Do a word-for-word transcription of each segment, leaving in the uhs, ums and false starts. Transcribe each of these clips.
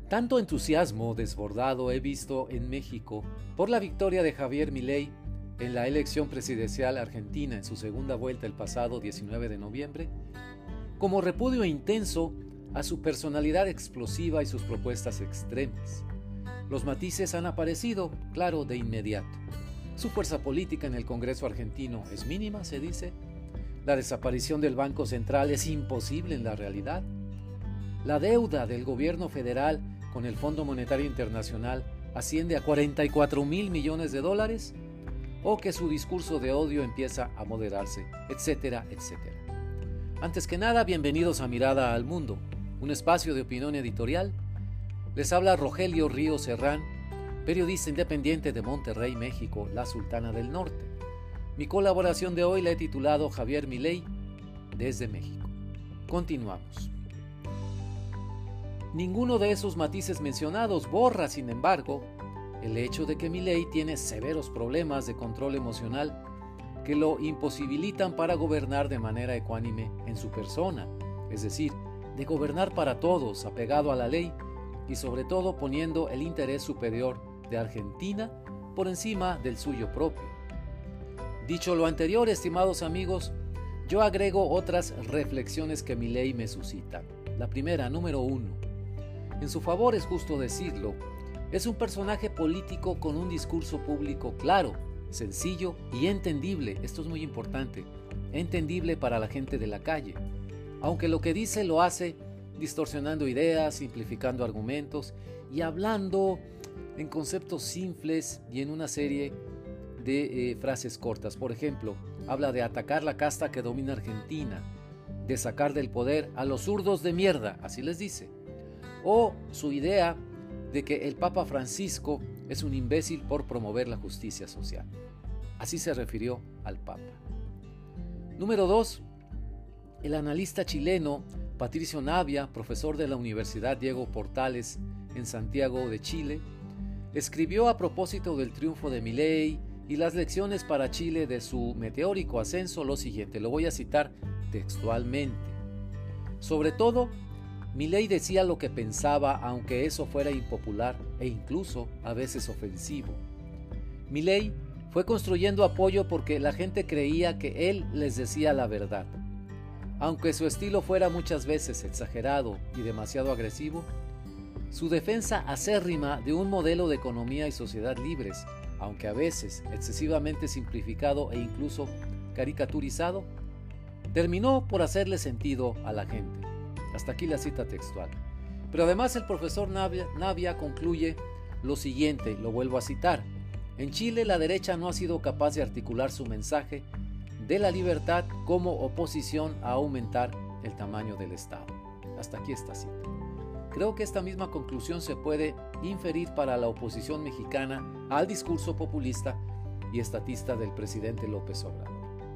Tanto entusiasmo desbordado he visto en México por la victoria de Javier Milei en la elección presidencial argentina en su segunda vuelta el pasado diecinueve de noviembre, como repudio intenso a su personalidad explosiva y sus propuestas extremas. Los matices han aparecido, claro, de inmediato. Su fuerza política en el Congreso argentino es mínima, se dice. La desaparición del Banco Central es imposible en la realidad. La deuda del gobierno federal con el Fondo Monetario Internacional asciende a cuarenta y cuatro mil millones de dólares, o que su discurso de odio empieza a moderarse, etcétera, etcétera. Antes que nada, bienvenidos a Mirada al Mundo, un espacio de opinión editorial. Les habla Rogelio Ríos Serrán, periodista independiente de Monterrey, México, la Sultana del Norte. Mi colaboración de hoy la he titulado Javier Milei desde México. Continuamos. Ninguno de esos matices mencionados borra, sin embargo, el hecho de que Milei tiene severos problemas de control emocional que lo imposibilitan para gobernar de manera ecuánime en su persona, es decir, de gobernar para todos, apegado a la ley y sobre todo poniendo el interés superior de Argentina por encima del suyo propio. Dicho lo anterior, estimados amigos, yo agrego otras reflexiones que Milei me suscita. La primera, número uno. En su favor es justo decirlo, es un personaje político con un discurso público claro, sencillo y entendible. Esto es muy importante, entendible para la gente de la calle. Aunque lo que dice lo hace distorsionando ideas, simplificando argumentos y hablando en conceptos simples y en una serie de eh, frases cortas. Por ejemplo, habla de atacar la casta que domina Argentina, de sacar del poder a los zurdos de mierda, así les dice. O su idea de que el Papa Francisco es un imbécil por promover la justicia social. Así se refirió al Papa. Número dos. El analista chileno Patricio Navia, profesor de la Universidad Diego Portales en Santiago de Chile, escribió a propósito del triunfo de Milei y las lecciones para Chile de su meteórico ascenso lo siguiente, lo voy a citar textualmente. Sobre todo, Milei decía lo que pensaba, aunque eso fuera impopular e incluso a veces ofensivo. Milei fue construyendo apoyo porque la gente creía que él les decía la verdad. Aunque su estilo fuera muchas veces exagerado y demasiado agresivo, su defensa acérrima de un modelo de economía y sociedad libres, aunque a veces excesivamente simplificado e incluso caricaturizado, terminó por hacerle sentido a la gente. Hasta aquí la cita textual. Pero además el profesor Navia, Navia concluye lo siguiente, lo vuelvo a citar. En Chile la derecha no ha sido capaz de articular su mensaje de la libertad como oposición a aumentar el tamaño del Estado. Hasta aquí esta cita. Creo que esta misma conclusión se puede inferir para la oposición mexicana al discurso populista y estatista del presidente López Obrador.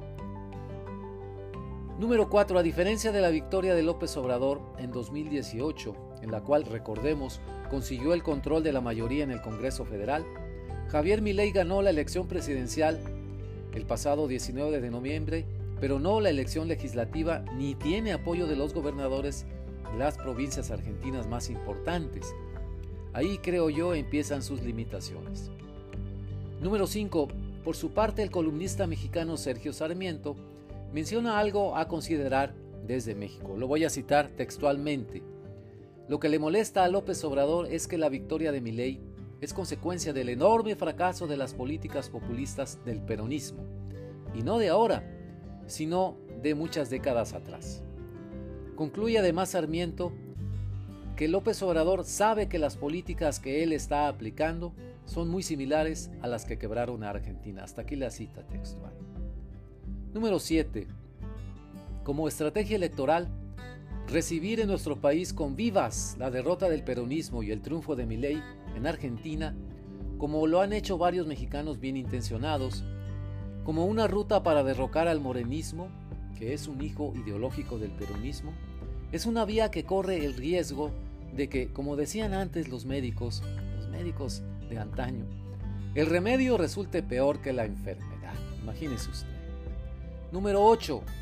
Número cuatro. A diferencia de la victoria de López Obrador en dos mil dieciocho, en la cual, recordemos, consiguió el control de la mayoría en el Congreso Federal, Javier Milei ganó la elección presidencial el pasado diecinueve de noviembre, pero no la elección legislativa ni tiene apoyo de los gobernadores de las provincias argentinas más importantes. Ahí, creo yo, empiezan sus limitaciones. Número cinco. Por su parte, el columnista mexicano Sergio Sarmiento menciona algo a considerar desde México. Lo voy a citar textualmente. Lo que le molesta a López Obrador es que la victoria de Milei es consecuencia del enorme fracaso de las políticas populistas del peronismo, y no de ahora, sino de muchas décadas atrás. Concluye además Sarmiento que López Obrador sabe que las políticas que él está aplicando son muy similares a las que quebraron a Argentina. Hasta aquí la cita textual. Número siete. Como estrategia electoral, recibir en nuestro país con vivas la derrota del peronismo y el triunfo de Milei en Argentina, como lo han hecho varios mexicanos bien intencionados, como una ruta para derrocar al morenismo, que es un hijo ideológico del peronismo, es una vía que corre el riesgo de que, como decían antes los médicos, los médicos de antaño, el remedio resulte peor que la enfermedad. Imagínese usted. Número ocho.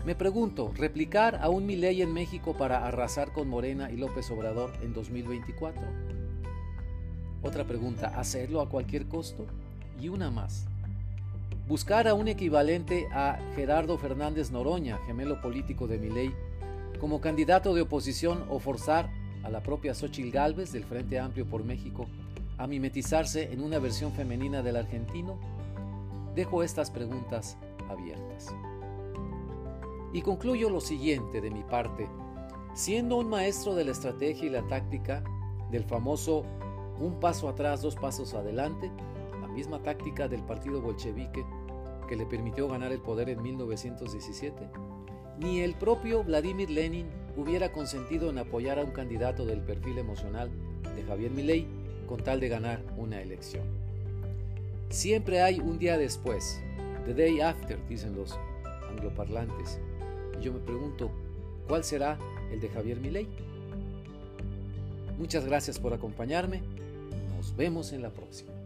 Me pregunto, ¿replicar a un Milei en México para arrasar con Morena y López Obrador en dos mil veinticuatro? Otra pregunta, ¿hacerlo a cualquier costo? Y una más. ¿Buscar a un equivalente a Gerardo Fernández Noroña, gemelo político de Milei, como candidato de oposición o forzar a la propia Xóchitl Gálvez del Frente Amplio por México a mimetizarse en una versión femenina del argentino? Dejo estas preguntas abiertas. Y concluyo lo siguiente de mi parte. Siendo un maestro de la estrategia y la táctica, del famoso un paso atrás, dos pasos adelante, la misma táctica del partido bolchevique que le permitió ganar el poder en mil novecientos diecisiete, ni el propio Vladimir Lenin hubiera consentido en apoyar a un candidato del perfil emocional de Javier Milei con tal de ganar una elección. Siempre hay un día después, the day after, dicen los angloparlantes. Y yo me pregunto, ¿cuál será el de Javier Milei? Muchas gracias por acompañarme. Nos vemos en la próxima.